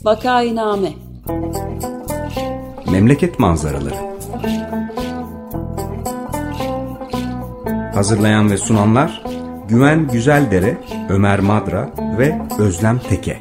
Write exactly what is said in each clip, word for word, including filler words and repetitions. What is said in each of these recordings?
Vakainame. Memleket manzaraları. Hazırlayan ve sunanlar Güven Güzeldere, Ömer Madra ve Özlem Teke.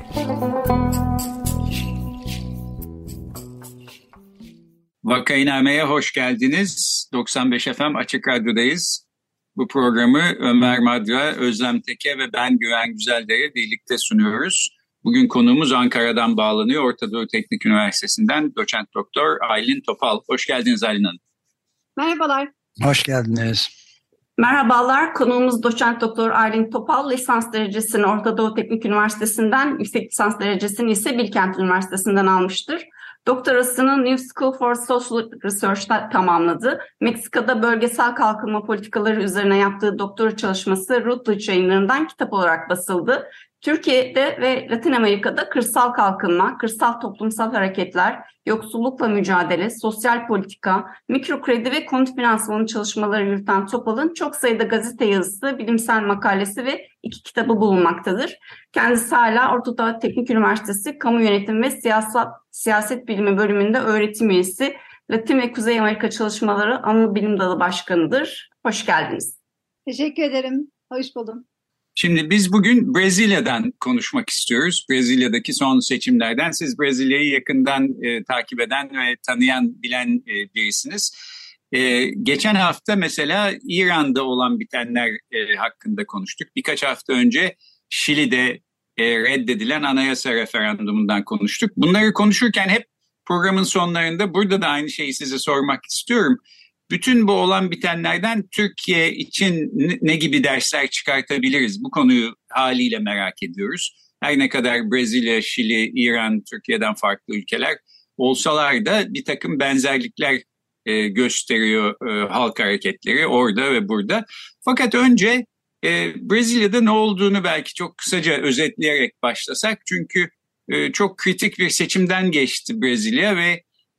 Vakainame'ye hoş geldiniz. doksan beş F M Açık Radyo'dayız. Bu programı Ömer Madra, Özlem Teke ve ben Güven Güzeldere birlikte sunuyoruz. Bugün konuğumuz Ankara'dan bağlanıyor. Orta Doğu Teknik Üniversitesi'nden doçent doktor Aylin Topal. Hoş geldiniz Aylin Hanım. Merhabalar. Hoş geldiniz. Merhabalar. Konuğumuz doçent doktor Aylin Topal. Lisans derecesini Orta Doğu Teknik Üniversitesi'nden, yüksek lisans derecesini ise Bilkent Üniversitesi'nden almıştır. Doktorasını New School for Social Research'ta tamamladı. Meksika'da bölgesel kalkınma politikaları üzerine yaptığı doktora çalışması Routledge yayınlarından kitap olarak basıldı. Türkiye'de ve Latin Amerika'da kırsal kalkınma, kırsal toplumsal hareketler, yoksullukla mücadele, sosyal politika, mikro kredi ve konut finansmanı çalışmaları yürüten Topal'ın çok sayıda gazete yazısı, bilimsel makalesi ve iki kitabı bulunmaktadır. Kendisi hala Orta Doğu Teknik Üniversitesi Kamu Yönetimi ve Siyasat, Siyaset Bilimi bölümünde öğretim üyesi, Latin ve Kuzey Amerika Çalışmaları Anıl Bilim Dalı Başkanı'dır. Hoş geldiniz. Teşekkür ederim. Hoş buldum. Şimdi biz bugün Brezilya'dan konuşmak istiyoruz. Brezilya'daki son seçimlerden. Siz Brezilya'yı yakından e, takip eden ve tanıyan, bilen e, birisiniz. E, geçen hafta mesela İran'da olan bitenler e, hakkında konuştuk. Birkaç hafta önce Şili'de e, reddedilen anayasa referandumundan konuştuk. Bunları konuşurken hep programın sonlarında burada da aynı şeyi size sormak istiyorum. Bütün bu olan bitenlerden Türkiye için ne gibi dersler çıkartabiliriz? Bu konuyu haliyle merak ediyoruz. Her ne kadar Brezilya, Şili, İran, Türkiye'den farklı ülkeler olsalar da bir takım benzerlikler e, gösteriyor e, halk hareketleri orada ve burada. Fakat önce e, Brezilya'da ne olduğunu belki çok kısaca özetleyerek başlasak. Çünkü e, çok kritik bir seçimden geçti Brezilya ve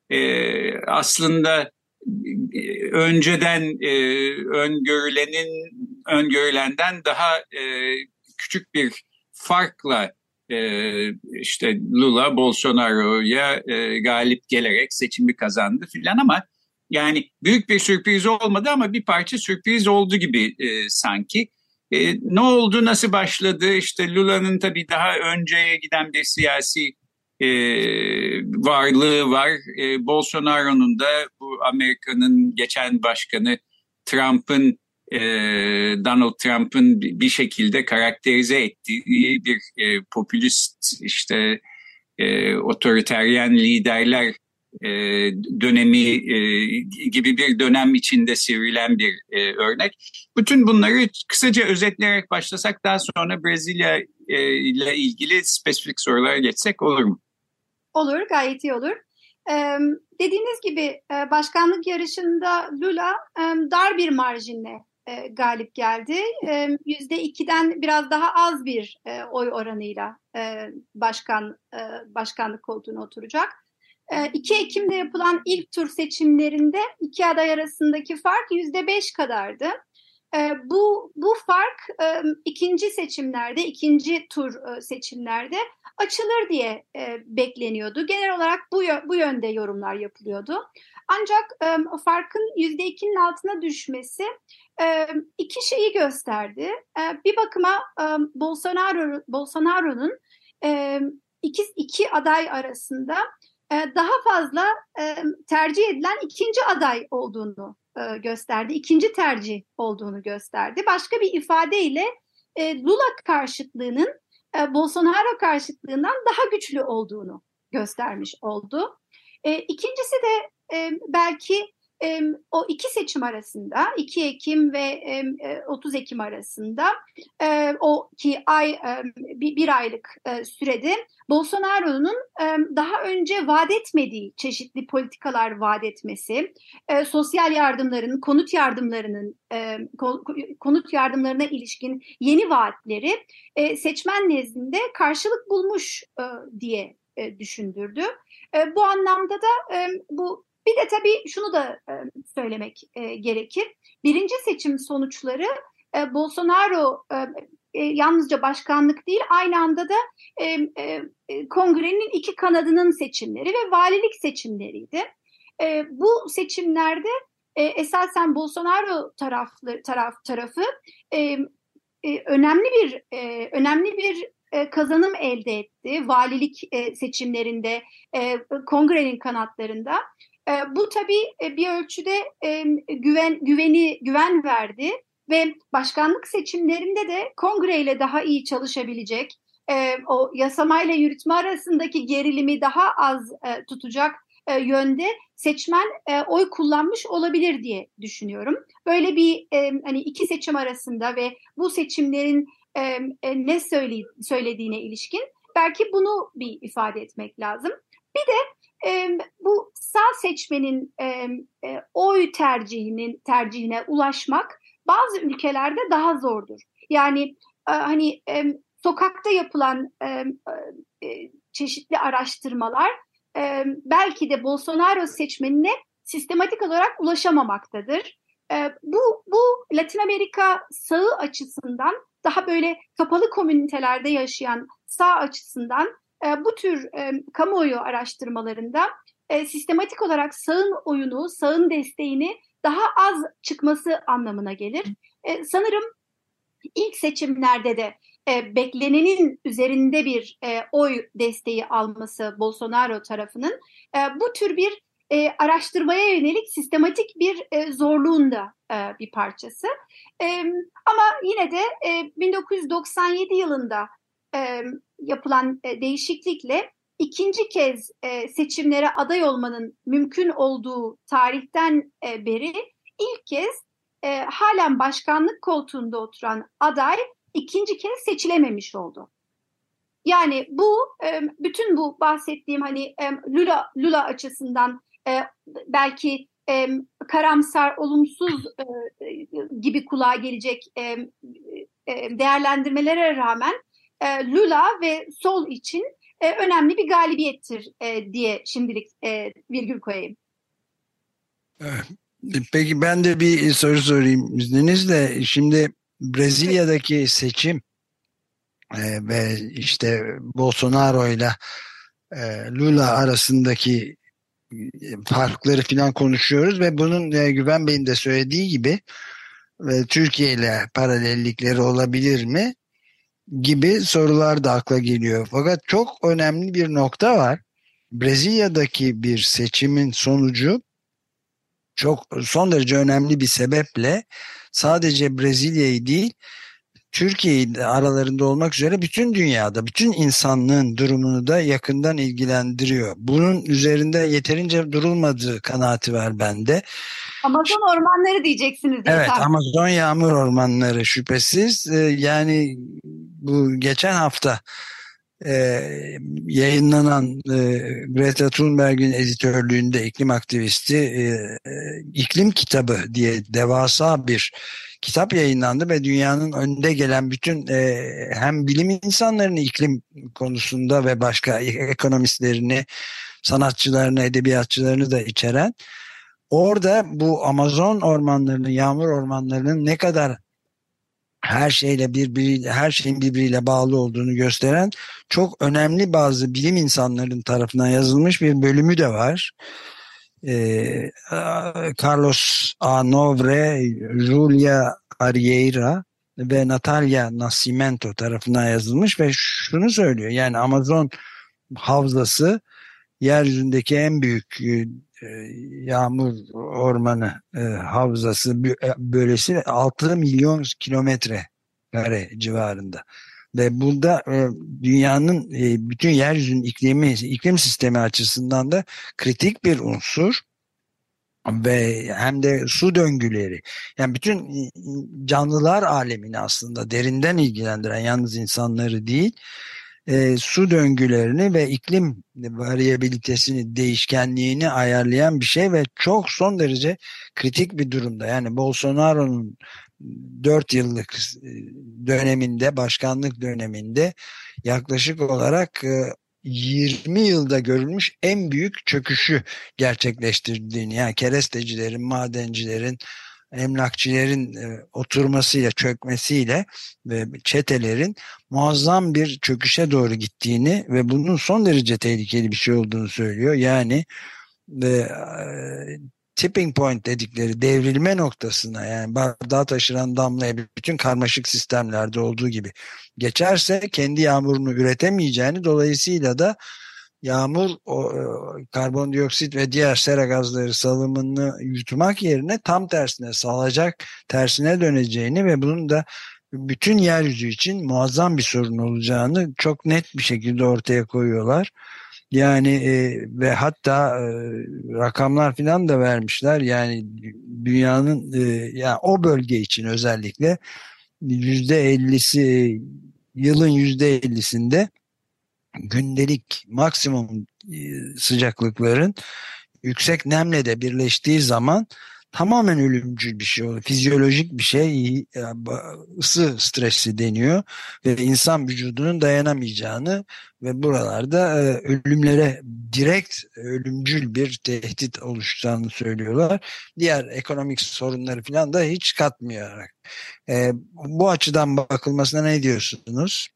e, aslında önceden e, öngörülenin öngörülenden daha e, küçük bir farkla e, işte Lula Bolsonaro'ya e, galip gelerek seçimi kazandı filan ama yani büyük bir sürpriz olmadı ama bir parça sürpriz oldu gibi e, sanki. E, ne oldu, nasıl başladı? İşte Lula'nın tabii daha önceye giden bir siyasi E, varlığı var. E, Bolsonaro'nun da bu Amerika'nın geçen başkanı Trump'ın e, Donald Trump'ın bir şekilde karakterize ettiği bir e, popülist işte e, otoriteryen liderler e, dönemi e, gibi bir dönem içinde sivrilen bir e, örnek. Bütün bunları kısaca özetleyerek başlasak daha sonra Brezilya e, ile ilgili spesifik sorulara geçsek olur mu? Olur, gayet iyi olur. Ee, dediğiniz gibi e, başkanlık yarışında Lula e, dar bir marjinle e, galip geldi. E, yüzde ikiden biraz daha az bir e, oy oranıyla e, başkan e, başkanlık koltuğuna oturacak. E, iki Ekim'de yapılan ilk tur seçimlerinde iki aday arasındaki fark yüzde beş kadardı. E, bu bu fark e, ikinci seçimlerde, ikinci tur e, seçimlerde açılır diye e, bekleniyordu. Genel olarak bu bu yönde yorumlar yapılıyordu. Ancak e, farkın yüzde ikinin altına düşmesi e, iki şeyi gösterdi. E, bir bakıma e, Bolsonaro Bolsonaro'nun e, iki iki aday arasında e, daha fazla e, tercih edilen ikinci aday olduğunu e, gösterdi. İkinci tercih olduğunu gösterdi. Başka bir ifadeyle e, Lula karşıtlığının Bolsonaro karşıtlığından daha güçlü olduğunu göstermiş oldu. E, ikincisi de e, belki e, o iki seçim arasında, iki Ekim ve e, otuz Ekim arasında e, o ki ay e, bir, bir aylık e, sürede Bolsonaro'nun e, daha önce vaat etmediği çeşitli politikalar vaat etmesi, e, sosyal yardımların, konut yardımlarının, e, konut yardımlarına ilişkin yeni vaatleri e, seçmen nezdinde karşılık bulmuş e, diye e, düşündürdü. E, bu anlamda da e, bu bir de tabii şunu da e, söylemek e, gerekir. Birinci seçim sonuçları e, Bolsonaro e, e, yalnızca başkanlık değil, aynı anda da e, e, kongrenin iki kanadının seçimleri ve valilik seçimleriydi. E, bu seçimlerde e, esasen Bolsonaro taraflı taraf tarafı e, e, önemli bir e, önemli bir e, kazanım elde etti valilik e, seçimlerinde, e, kongrenin kanatlarında. E, bu tabii e, bir ölçüde e, güven güveni güven verdi ve başkanlık seçimlerinde de kongreyle daha iyi çalışabilecek, e, o yasamayla yürütme arasındaki gerilimi daha az e, tutacak e, yönde seçmen e, oy kullanmış olabilir diye düşünüyorum. Böyle bir e, hani iki seçim arasında ve bu seçimlerin e, e, ne söyle, söylediğine ilişkin belki bunu bir ifade etmek lazım. Bir de e, bu sağ seçmenin e, e, oy tercihinin tercihine ulaşmak bazı ülkelerde daha zordur. Yani e, hani e, sokakta yapılan e, e, çeşitli araştırmalar e, belki de Bolsonaro seçmenine sistematik olarak ulaşamamaktadır. E, bu, bu Latin Amerika sağı açısından, daha böyle kapalı komünitelerde yaşayan sağ açısından e, bu tür e, kamuoyu araştırmalarında e, sistematik olarak sağın oyunu, sağın desteğini daha az çıkması anlamına gelir. E, sanırım ilk seçimlerde de e, beklenenin üzerinde bir e, oy desteği alması Bolsonaro tarafının e, bu tür bir e, araştırmaya yönelik sistematik bir e, zorluğun da e, bir parçası. E, ama yine de e, bin dokuz yüz doksan yedi yılında e, yapılan e, değişiklikle ikinci kez e, seçimlere aday olmanın mümkün olduğu tarihten e, beri ilk kez e, halen başkanlık koltuğunda oturan aday ikinci kez seçilememiş oldu. Yani bu e, bütün bu bahsettiğim hani e, Lula Lula açısından e, belki e, karamsar, olumsuz e, gibi kulağa gelecek e, e, değerlendirmelere rağmen e, Lula ve sol için e, önemli bir galibiyettir e, diye şimdilik e, virgül koyayım. Peki ben de bir soru sorayım izninizle. Şimdi Brezilya'daki seçim e, ve işte Bolsonaro ile e, Lula arasındaki farkları falan konuşuyoruz ve bunun e, Güven Bey'in de söylediği gibi ve Türkiye ile paralellikleri olabilir mi gibi sorular da akla geliyor. Fakat çok önemli bir nokta var. Brezilya'daki bir seçimin sonucu çok son derece önemli bir sebeple sadece Brezilya'yı değil, Türkiye'yi de aralarında olmak üzere bütün dünyada, bütün insanlığın durumunu da yakından ilgilendiriyor. Bunun üzerinde yeterince durulmadığı kanaati var bende. Amazon ormanları diyeceksiniz diye. Evet, tahmin. Amazon yağmur ormanları şüphesiz. Ee, yani bu geçen hafta e, yayınlanan e, Greta Thunberg'in editörlüğünde iklim aktivisti e, e, iklim kitabı diye devasa bir kitap yayınlandı ve dünyanın önde gelen bütün e, hem bilim insanlarını iklim konusunda ve başka ekonomistlerini, sanatçılarını, edebiyatçılarını da içeren, orada bu Amazon ormanlarının, yağmur ormanlarının ne kadar her şeyle birbiriyle, her şeyin birbiriyle bağlı olduğunu gösteren çok önemli bazı bilim insanlarının tarafından yazılmış bir bölümü de var. Ee, Carlos A. Novre, Julia Arieira ve Natalia Nascimento tarafından yazılmış ve şunu söylüyor. Yani Amazon havzası yeryüzündeki en büyük e, yağmur ormanı e, havzası, böylesi altı milyon kilometre kare civarında. Ve burada e, dünyanın e, bütün yeryüzünün iklimi, iklim sistemi açısından da kritik bir unsur. Ve hem de su döngüleri, yani bütün canlılar alemini aslında derinden ilgilendiren, yalnız insanları değil, e, su döngülerini ve iklim varyabilitesini, değişkenliğini ayarlayan bir şey ve çok son derece kritik bir durumda. Yani Bolsonaro'nun dört yıllık döneminde, başkanlık döneminde yaklaşık olarak e, yirmi yılda görülmüş en büyük çöküşü gerçekleştirdiğini, yani kerestecilerin, madencilerin, emlakçilerin e, oturmasıyla, çökmesiyle ve çetelerin muazzam bir çöküşe doğru gittiğini ve bunun son derece tehlikeli bir şey olduğunu söylüyor. Yani ve e, tipping point dedikleri devrilme noktasına, yani bardağı taşıran damlaya bütün karmaşık sistemlerde olduğu gibi geçerse kendi yağmurunu üretemeyeceğini, dolayısıyla da yağmur o, e, karbondioksit ve diğer sera gazları salımını yutmak yerine tam tersine salacak, tersine döneceğini ve bunun da bütün yeryüzü için muazzam bir sorun olacağını çok net bir şekilde ortaya koyuyorlar. Yani e, ve hatta e, rakamlar filan da vermişler. Yani dünyanın e, yani o bölge için özellikle yüzde ellisi, yılın yüzde ellisinde gündelik maksimum e, sıcaklıkların yüksek nemle de birleştiği zaman tamamen ölümcül bir şey oluyor. Fizyolojik bir şey, ısı stresi deniyor ve insan vücudunun dayanamayacağını ve buralarda e, ölümlere direkt ölümcül bir tehdit oluşacağını söylüyorlar. Diğer ekonomik sorunları falan da hiç katmayarak. E, bu açıdan bakılmasına ne diyorsunuz?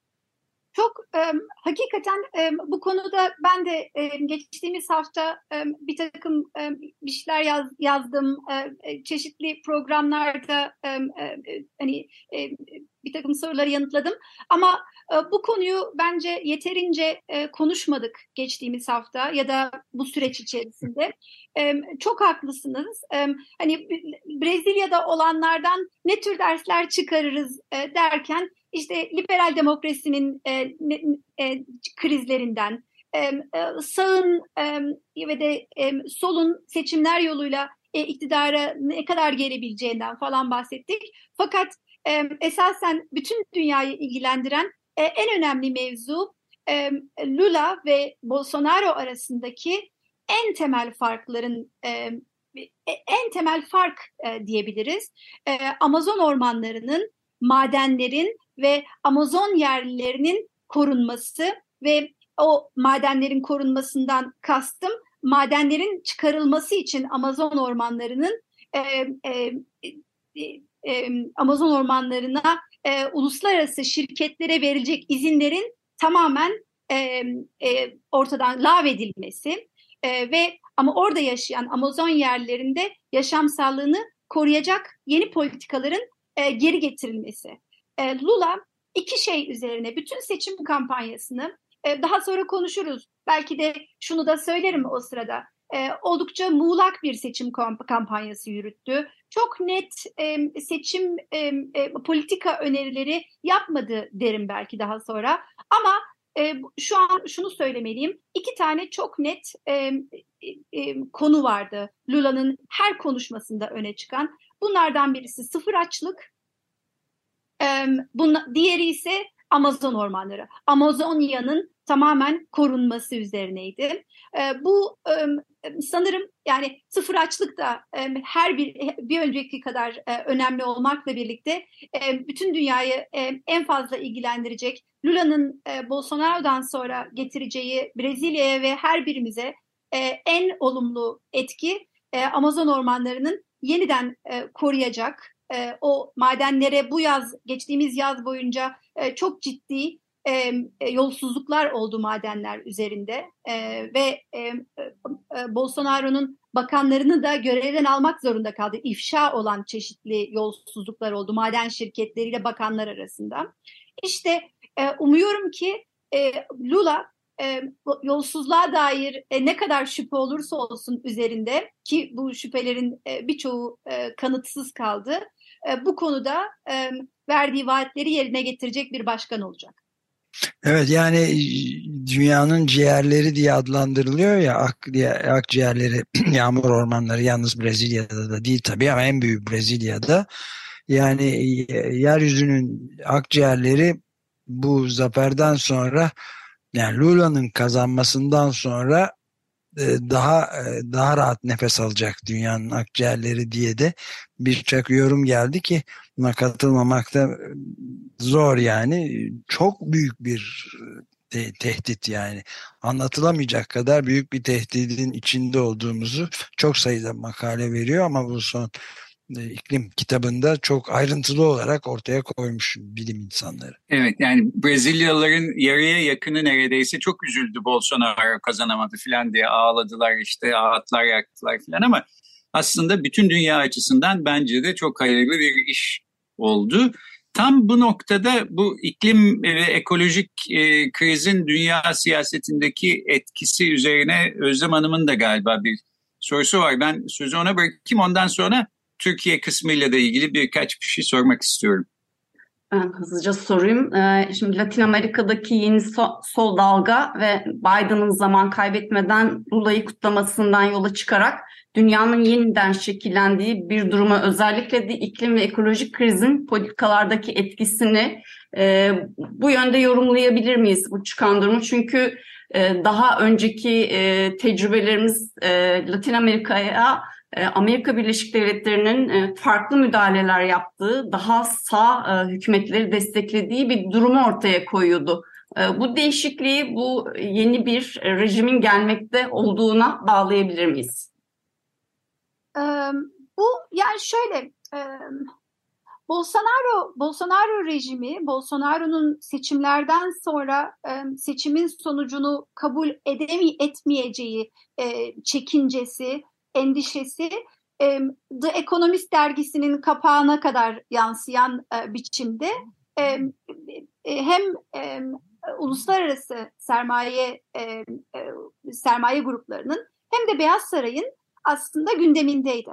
Çok e, hakikaten e, bu konuda ben de e, geçtiğimiz hafta e, bir takım e, bir şeyler yaz, yazdım. E, çeşitli programlarda e, e, hani e, bir takım soruları yanıtladım. Ama e, bu konuyu bence yeterince e, konuşmadık geçtiğimiz hafta ya da bu süreç içerisinde. E, çok haklısınız. E, hani Brezilya'da olanlardan ne tür dersler çıkarırız e, derken İşte liberal demokrasinin e, e, krizlerinden, e, e, sağın e, ve de e, solun seçimler yoluyla e, iktidara ne kadar gelebileceğinden falan bahsettik. Fakat e, esasen bütün dünyayı ilgilendiren e, en önemli mevzu e, Lula ve Bolsonaro arasındaki en temel farkların e, en temel fark e, diyebiliriz. E, Amazon ormanlarının, madenlerin ve Amazon yerlilerinin korunması ve o madenlerin korunmasından kastım madenlerin çıkarılması için Amazon ormanlarının e, e, e, e, Amazon ormanlarına e, uluslararası şirketlere verilecek izinlerin tamamen e, e, ortadan lağvedilmesi e, ve ama orada yaşayan Amazon yerlilerinde yaşamsallığını koruyacak yeni politikaların e, geri getirilmesi. E, Lula iki şey üzerine bütün seçim kampanyasını e, daha sonra konuşuruz. Belki de şunu da söylerim o sırada. E, oldukça muğlak bir seçim kampanyası yürüttü. Çok net e, seçim e, e, politika önerileri yapmadı derim belki daha sonra. Ama e, şu an şunu söylemeliyim. İki tane çok net e, e, konu vardı Lula'nın her konuşmasında öne çıkan. Bunlardan birisi sıfır açlık, e, buna, diğeri ise Amazon ormanları. Amazonya'nın tamamen korunması üzerineydi. E, bu e, sanırım yani sıfır açlık da e, her bir bir önceki kadar e, önemli olmakla birlikte e, bütün dünyayı e, en fazla ilgilendirecek. Lula'nın e, Bolsonaro'dan sonra getireceği Brezilya'ya ve her birimize e, en olumlu etki e, Amazon ormanlarının yeniden e, koruyacak. E, o madenlere bu yaz, geçtiğimiz yaz boyunca e, çok ciddi e, yolsuzluklar oldu madenler üzerinde e, ve e, e, Bolsonaro'nun bakanlarını da görevden almak zorunda kaldı. İfşa olan çeşitli yolsuzluklar oldu maden şirketleriyle bakanlar arasında. İşte e, umuyorum ki e, Lula E, yolsuzluğa dair e, ne kadar şüphe olursa olsun üzerinde, ki bu şüphelerin e, birçoğu e, kanıtsız kaldı, e, bu konuda e, verdiği vaatleri yerine getirecek bir başkan olacak. Evet, yani dünyanın ciğerleri diye adlandırılıyor ya, ak, diye, akciğerleri yağmur ormanları, yalnız Brezilya'da da değil tabii ama en büyük Brezilya'da. Yani yeryüzünün akciğerleri bu zaferden sonra, yani Lula'nın kazanmasından sonra daha daha rahat nefes alacak dünyanın akciğerleri diye de birçok yorum geldi ki buna katılmamak da zor. Yani çok büyük bir te- tehdit, yani anlatılamayacak kadar büyük bir tehdidin içinde olduğumuzu çok sayıda makale veriyor ama bu son e, iklim kitabında çok ayrıntılı olarak ortaya koymuş bilim insanları. Evet, yani Brezilyalıların yarıya yakını neredeyse çok üzüldü Bolsonaro kazanamadı falan diye ağladılar, işte ağıtlar yaktılar falan, ama aslında bütün dünya açısından bence de çok hayırlı bir iş oldu. Tam bu noktada bu iklim ve ekolojik e, krizin dünya siyasetindeki etkisi üzerine Özlem Hanım'ın da galiba bir sorusu var. Ben sözü ona bırakayım, ondan sonra Türkiye kısmıyla da ilgili birkaç bir şey sormak istiyorum. Ben hızlıca sorayım. Ee, şimdi Latin Amerika'daki yeni so- sol dalga ve Biden'ın zaman kaybetmeden Lula'yı kutlamasından yola çıkarak dünyanın yeniden şekillendiği bir duruma, özellikle de iklim ve ekolojik krizin politikalardaki etkisini e, bu yönde yorumlayabilir miyiz bu çıkan durumu? Çünkü e, daha önceki e, tecrübelerimiz e, Latin Amerika'ya Amerika Birleşik Devletleri'nin farklı müdahaleler yaptığı, daha sağ hükümetleri desteklediği bir durumu ortaya koyuyordu. Bu değişikliği bu yeni bir rejimin gelmekte olduğuna bağlayabilir miyiz? Bu yani şöyle, Bolsonaro Bolsonaro rejimi, Bolsonaro'nun seçimlerden sonra seçimin sonucunu kabul edemi etmeyeceği çekincesi, endişesi The Economist dergisinin kapağına kadar yansıyan biçimde hem uluslararası sermaye sermaye gruplarının hem de Beyaz Saray'ın aslında gündemindeydi.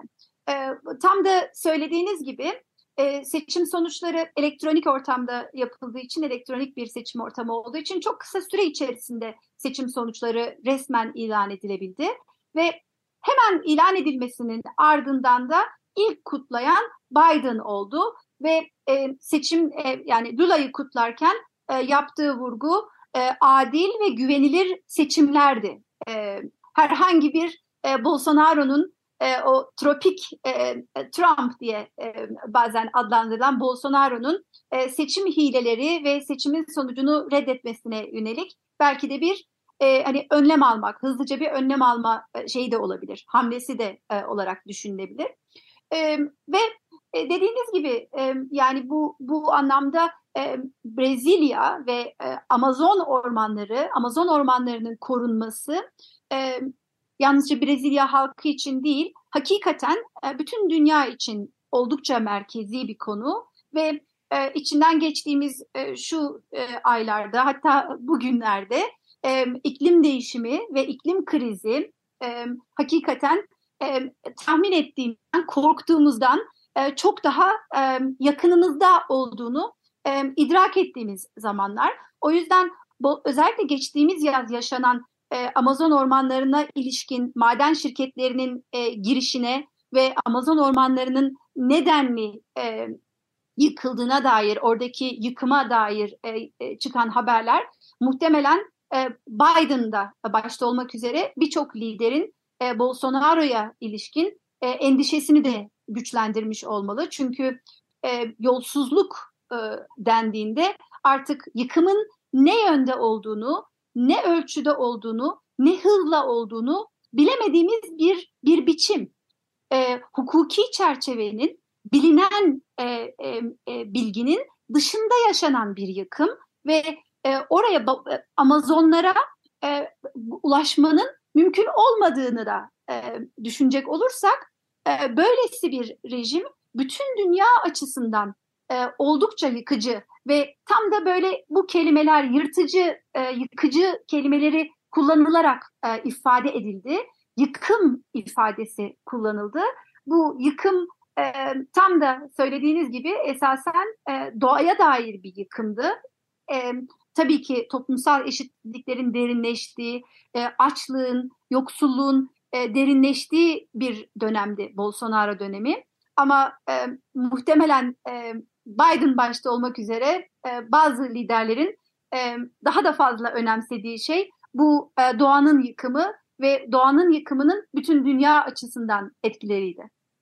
Tam da söylediğiniz gibi seçim sonuçları elektronik ortamda yapıldığı için, elektronik bir seçim ortamı olduğu için çok kısa süre içerisinde seçim sonuçları resmen ilan edilebildi ve hemen ilan edilmesinin ardından da ilk kutlayan Biden oldu ve e, seçim e, yani Lula'yı kutlarken e, yaptığı vurgu e, adil ve güvenilir seçimlerdi. E, herhangi bir e, Bolsonaro'nun e, o tropik e, Trump diye e, bazen adlandırılan Bolsonaro'nun e, seçim hileleri ve seçimin sonucunu reddetmesine yönelik belki de bir e, hani önlem almak, hızlıca bir önlem alma şeyi de olabilir, hamlesi de e, olarak düşünülebilir. E, ve e, dediğiniz gibi e, yani bu bu anlamda e, Brezilya ve e, Amazon ormanları, Amazon ormanlarının korunması e, yalnızca Brezilya halkı için değil, hakikaten e, bütün dünya için oldukça merkezi bir konu ve e, içinden geçtiğimiz e, şu e, aylarda, hatta bugünlerde e, iklim değişimi ve iklim krizi e, hakikaten e, tahmin ettiğimden, korktuğumuzdan e, çok daha e, yakınımızda olduğunu e, idrak ettiğimiz zamanlar. O yüzden bu, özellikle geçtiğimiz yaz yaşanan e, Amazon ormanlarına ilişkin maden şirketlerinin e, girişine ve Amazon ormanlarının nedenli e, yıkıldığına dair, oradaki yıkıma dair e, e, çıkan haberler muhtemelen e, Biden'da başta olmak üzere birçok liderin e, Bolsonaro'ya ilişkin e, endişesini de güçlendirmiş olmalı. Çünkü e, yolsuzluk e, dendiğinde artık yıkımın ne yönde olduğunu, ne ölçüde olduğunu, ne hızla olduğunu bilemediğimiz bir bir biçim. E, hukuki çerçevenin, bilinen e, e, e, bilginin dışında yaşanan bir yıkım ve e, oraya Amazonlara e, ulaşmanın mümkün olmadığını da e, düşünecek olursak e, böylesi bir rejim bütün dünya açısından e, oldukça yıkıcı ve tam da böyle bu kelimeler, yırtıcı, e, yıkıcı kelimeleri kullanılarak e, ifade edildi. Yıkım ifadesi kullanıldı. Bu yıkım e, tam da söylediğiniz gibi esasen e, doğaya dair bir yıkımdı. E, tabii ki toplumsal eşitliklerin derinleştiği, e, açlığın, yoksulluğun e, derinleştiği bir dönemdi Bolsonaro dönemi. Ama e, muhtemelen e, Biden başta olmak üzere e, bazı liderlerin e, daha da fazla önemsediği şey bu e, doğanın yıkımı ve doğanın yıkımının bütün dünya açısından etkileriydi.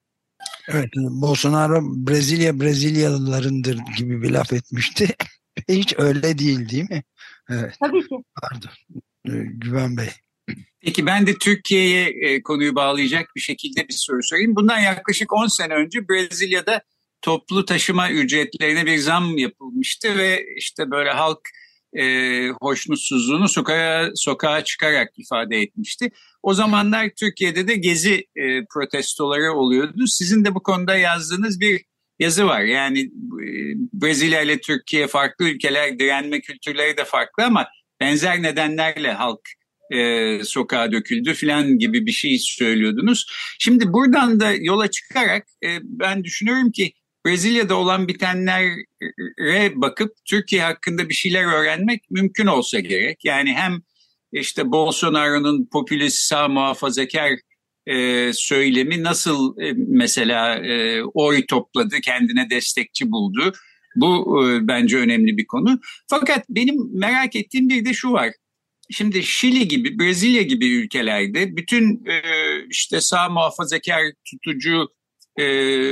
Evet, Bolsonaro Brezilya Brezilyalılarındır gibi bir laf etmişti. Hiç öyle değil, değil mi? Evet. Tabii ki. Pardon. Güven Bey. Peki ben de Türkiye'ye e, konuyu bağlayacak bir şekilde bir soru sorayım. Bundan yaklaşık on sene önce Brezilya'da toplu taşıma ücretlerine bir zam yapılmıştı ve işte böyle halk e, hoşnutsuzluğunu sokağa, sokağa çıkarak ifade etmişti. O zamanlar Türkiye'de de gezi e, protestoları oluyordu. Sizin de bu konuda yazdığınız bir yazı var. Yani e, Brezilya ile Türkiye farklı ülkeler, direnme kültürleri de farklı ama benzer nedenlerle halk e, sokağa döküldü falan gibi bir şey söylüyordunuz. Şimdi buradan da yola çıkarak e, ben düşünüyorum ki Brezilya'da olan bitenlere bakıp Türkiye hakkında bir şeyler öğrenmek mümkün olsa gerek. Yani hem işte Bolsonaro'nun popülist sağ muhafazakar e, söylemi nasıl e, mesela e, oy topladı, kendine destekçi buldu. Bu e, bence önemli bir konu. Fakat benim merak ettiğim bir de şu var. Şimdi Şili gibi, Brezilya gibi ülkelerde bütün e, işte sağ muhafazakar tutucu e,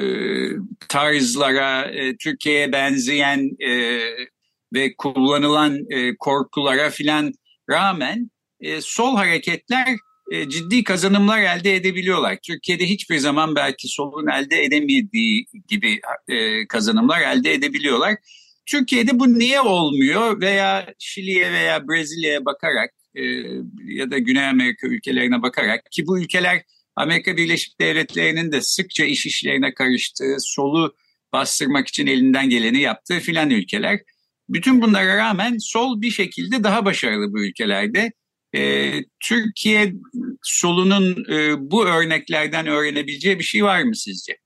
tarzlara, e, Türkiye'ye benzeyen e, ve kullanılan e, korkulara filan rağmen e, sol hareketler e, ciddi kazanımlar elde edebiliyorlar. Türkiye'de hiçbir zaman belki solun elde edemediği gibi e, kazanımlar elde edebiliyorlar. Türkiye'de bu niye olmuyor veya Şili'ye veya Brezilya'ya bakarak e, ya da Güney Amerika ülkelerine bakarak ki bu ülkeler Amerika Birleşik Devletleri'nin de sıkça iş işlerine karıştığı, solu bastırmak için elinden geleni yaptığı filan ülkeler. Bütün bunlara rağmen sol bir şekilde daha başarılı bu ülkelerde. E, Türkiye solunun e, bu örneklerden öğrenebileceği bir şey var mı sizce?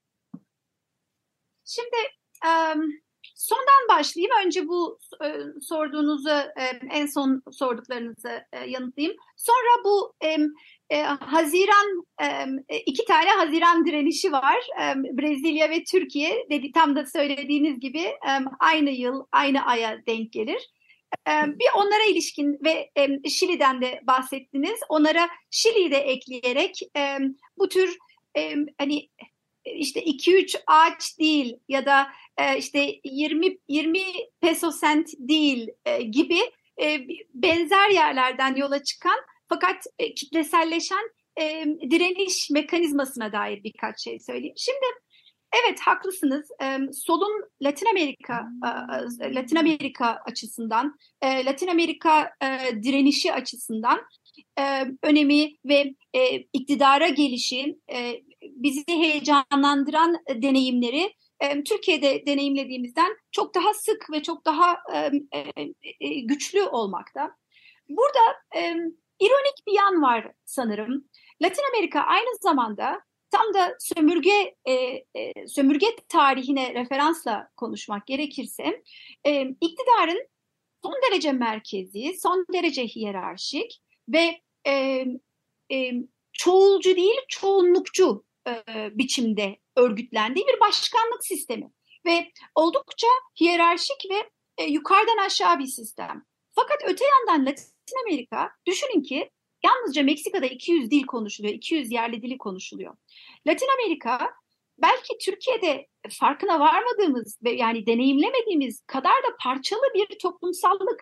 Şimdi um... sondan başlayayım. Önce bu e, sorduğunuzu, e, en son sorduklarınızı e, yanıtlayayım. Sonra bu e, e, Haziran, e, iki tane Haziran direnişi var. E, Brezilya ve Türkiye, dedi, tam da söylediğiniz gibi e, aynı yıl, aynı aya denk gelir. E, bir onlara ilişkin ve e, Şili'den de bahsettiniz. Onlara Şili'yi de ekleyerek e, bu tür e, hani işte iki üç ağaç değil ya da e, işte yirmi yirmi peso sent değil e, gibi e, benzer yerlerden yola çıkan fakat e, kitleselleşen e, direniş mekanizmasına dair birkaç şey söyleyeyim. Şimdi evet, haklısınız. E, solun Latin Amerika e, Latin Amerika açısından, e, Latin Amerika e, direnişi açısından e, önemi ve e, iktidara gelişi, e, bizi heyecanlandıran deneyimleri e, Türkiye'de deneyimlediğimizden çok daha sık ve çok daha e, e, güçlü olmakta. Burada e, ironik bir yan var sanırım. Latin Amerika aynı zamanda tam da sömürge e, e, sömürge tarihine referansla konuşmak gerekirse e, iktidarın son derece merkezi, son derece hiyerarşik ve e, e, çoğulcu değil, çoğunlukçu e, biçimde örgütlendiği bir başkanlık sistemi ve oldukça hiyerarşik ve e, yukarıdan aşağı bir sistem. Fakat öte yandan Latin Amerika, düşünün ki yalnızca Meksika'da iki yüz dil konuşuluyor, iki yüz yerli dili konuşuluyor. Latin Amerika belki Türkiye'de farkına varmadığımız ve yani deneyimlemediğimiz kadar da parçalı bir toplumsallık,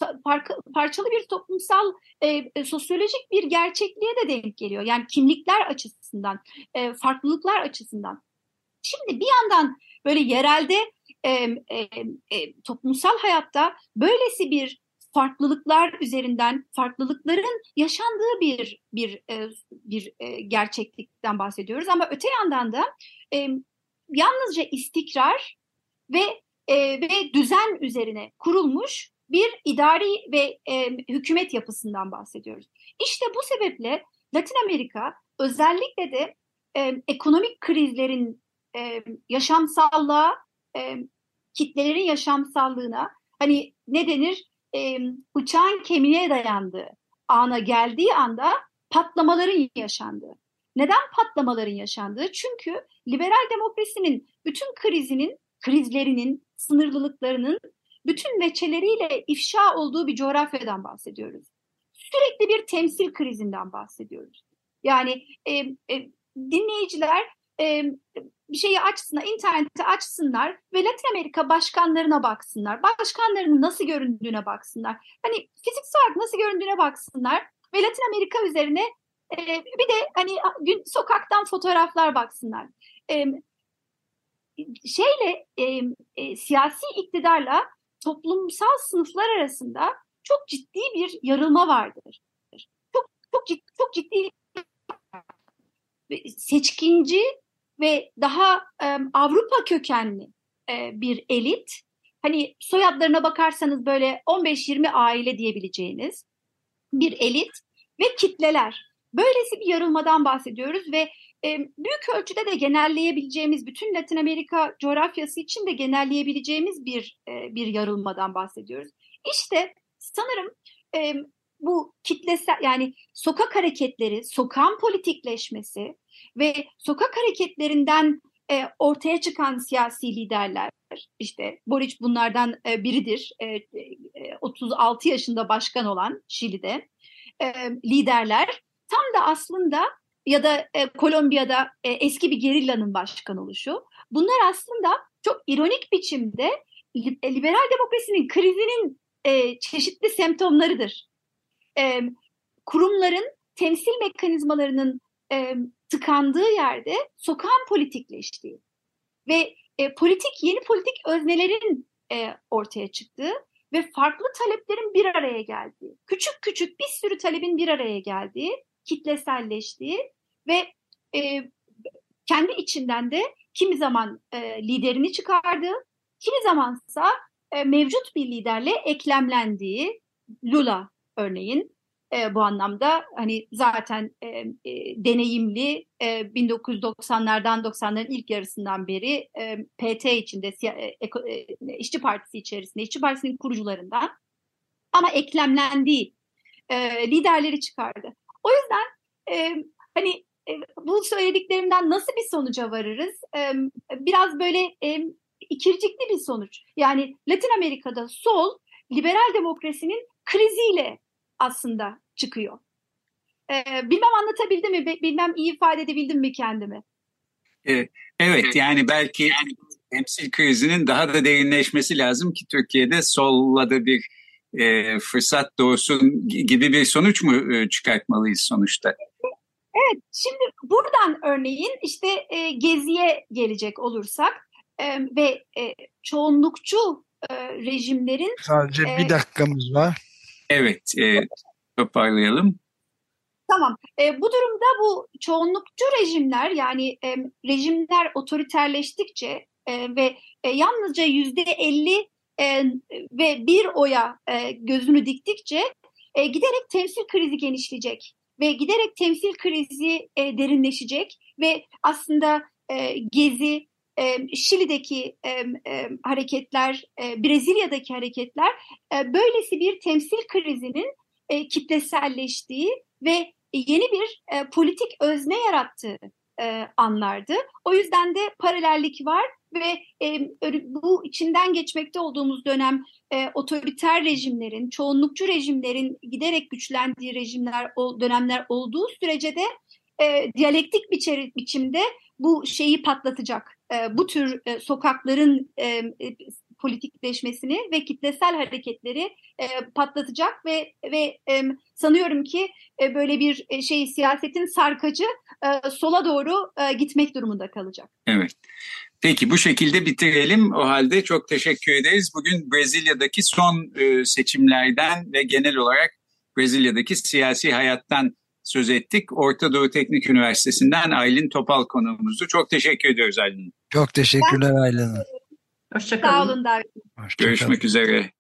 parçalı bir toplumsal e, sosyolojik bir gerçekliğe de denk geliyor. Yani kimlikler açısından, e, farklılıklar açısından. Şimdi bir yandan böyle yerelde e, e, e, toplumsal hayatta böylesi bir farklılıklar üzerinden, farklılıkların yaşandığı bir bir e, bir e, gerçeklikten bahsediyoruz. Ama öte yandan da e, yalnızca istikrar ve e, ve düzen üzerine kurulmuş bir idari ve e, hükümet yapısından bahsediyoruz. İşte bu sebeple Latin Amerika özellikle de e, ekonomik krizlerin e, yaşamsallığa, e, kitlelerin yaşamsallığına, hani ne denir, e, bıçağın kemiğe dayandığı ana geldiği anda patlamaların yaşandığı. Neden patlamaların yaşandığı? Çünkü liberal demokrasinin bütün krizinin, krizlerinin, sınırlılıklarının bütün veçeleriyle ifşa olduğu bir coğrafyadan bahsediyoruz. Sürekli bir temsil krizinden bahsediyoruz. Yani e, e, dinleyiciler e, bir şeyi açsınlar, interneti açsınlar ve Latin Amerika başkanlarına baksınlar. Başkanlarının nasıl göründüğüne baksınlar. Hani fiziksel olarak nasıl göründüğüne baksınlar. ve Latin Amerika üzerine e, bir de hani gün sokaktan fotoğraflar baksınlar. E, şeyle e, e, siyasi iktidarla toplumsal sınıflar arasında çok ciddi bir yarılma vardır. Çok çok ciddi, çok ciddi seçkinci ve daha e, Avrupa kökenli e, bir elit. Hani soyadlarına bakarsanız böyle on beş yirmi aile diyebileceğiniz bir elit ve kitleler. Böylesi bir yarılmadan bahsediyoruz ve e, büyük ölçüde de genelleyebileceğimiz, bütün Latin Amerika coğrafyası için de genelleyebileceğimiz bir e, bir yarılmadan bahsediyoruz. İşte sanırım e, bu kitlesel, yani sokak hareketleri, sokağın politikleşmesi ve sokak hareketlerinden e, ortaya çıkan siyasi liderler, işte Boric bunlardan e, biridir. E, e, otuz altı yaşında başkan olan Şili'de e, liderler tam da aslında, ya da e, Kolombiya'da e, eski bir gerillanın başkan oluşu. Bunlar aslında çok ironik biçimde liberal demokrasinin krizinin e, çeşitli semptomlarıdır. E, kurumların temsil mekanizmalarının e, tıkandığı yerde sokağın politikleştiği ve e, politik yeni politik öznelerin e, ortaya çıktığı ve farklı taleplerin bir araya geldiği, küçük küçük bir sürü talebin bir araya geldiği, kitleselleştiği ve e, kendi içinden de kimi zaman e, liderini çıkardığı, kimi zamansa e, mevcut bir liderle eklemlendiği, Lula örneğin e, bu anlamda hani zaten e, e, deneyimli, e, bin dokuz yüz doksanlardan doksanların ilk yarısından beri e, P T içinde, e, e, İşçi Partisi içerisinde, İşçi Partisi'nin kurucularından, ama eklemlendiği e, liderleri çıkardı. O yüzden e, hani e, bu söylediklerimden nasıl bir sonuca varırız? E, biraz böyle e, ikircikli bir sonuç. Yani Latin Amerika'da sol, liberal demokrasinin kriziyle aslında çıkıyor. Ee, bilmem anlatabildim mi? Bilmem iyi ifade edebildim mi kendimi? Evet, yani belki temsil krizinin daha da derinleşmesi lazım ki Türkiye'de solla da bir e, fırsat doğsun gibi bir sonuç mu e, çıkartmalıyız sonuçta? Evet, şimdi buradan örneğin işte e, Gezi'ye gelecek olursak e, ve e, çoğunlukçu e, rejimlerin... Sadece e, bir dakikamız var. Evet, e, toparlayalım. Tamam. E, bu durumda bu çoğunlukçu rejimler, yani e, rejimler otoriterleştikçe e, ve e, yalnızca yüzde elli e, ve bir oya e, gözünü diktikçe e, giderek temsil krizi genişleyecek ve giderek temsil krizi e, derinleşecek ve aslında e, Gezi, e, Şili'deki e, e, hareketler, e, Brezilya'daki hareketler e, böylesi bir temsil krizinin e, kitleselleştiği ve yeni bir e, politik özne yarattığı e, anlardı. O yüzden de paralellik var ve e, bu içinden geçmekte olduğumuz dönem e, otoriter rejimlerin, çoğunlukçu rejimlerin giderek güçlendiği rejimler, o dönemler olduğu sürece de e, diyalektik bir biçimde bu şeyi patlatacak. E, bu tür e, sokakların e, e, politikleşmesini ve kitlesel hareketleri e, patlatacak ve ve e, sanıyorum ki e, böyle bir e, şey siyasetin sarkacı e, sola doğru e, gitmek durumunda kalacak. Evet. Peki bu şekilde bitirelim. O halde çok teşekkür ederiz. Bugün Brezilya'daki son e, seçimlerden ve genel olarak Brezilya'daki siyasi hayattan söz ettik. Orta Doğu Teknik Üniversitesi'nden Aylin Topal konuğumuzdu. Çok teşekkür ediyoruz Aylin. Çok teşekkürler Aylin Hanım. Hoşçakalın. Sağ olun David. Görüşmek üzere.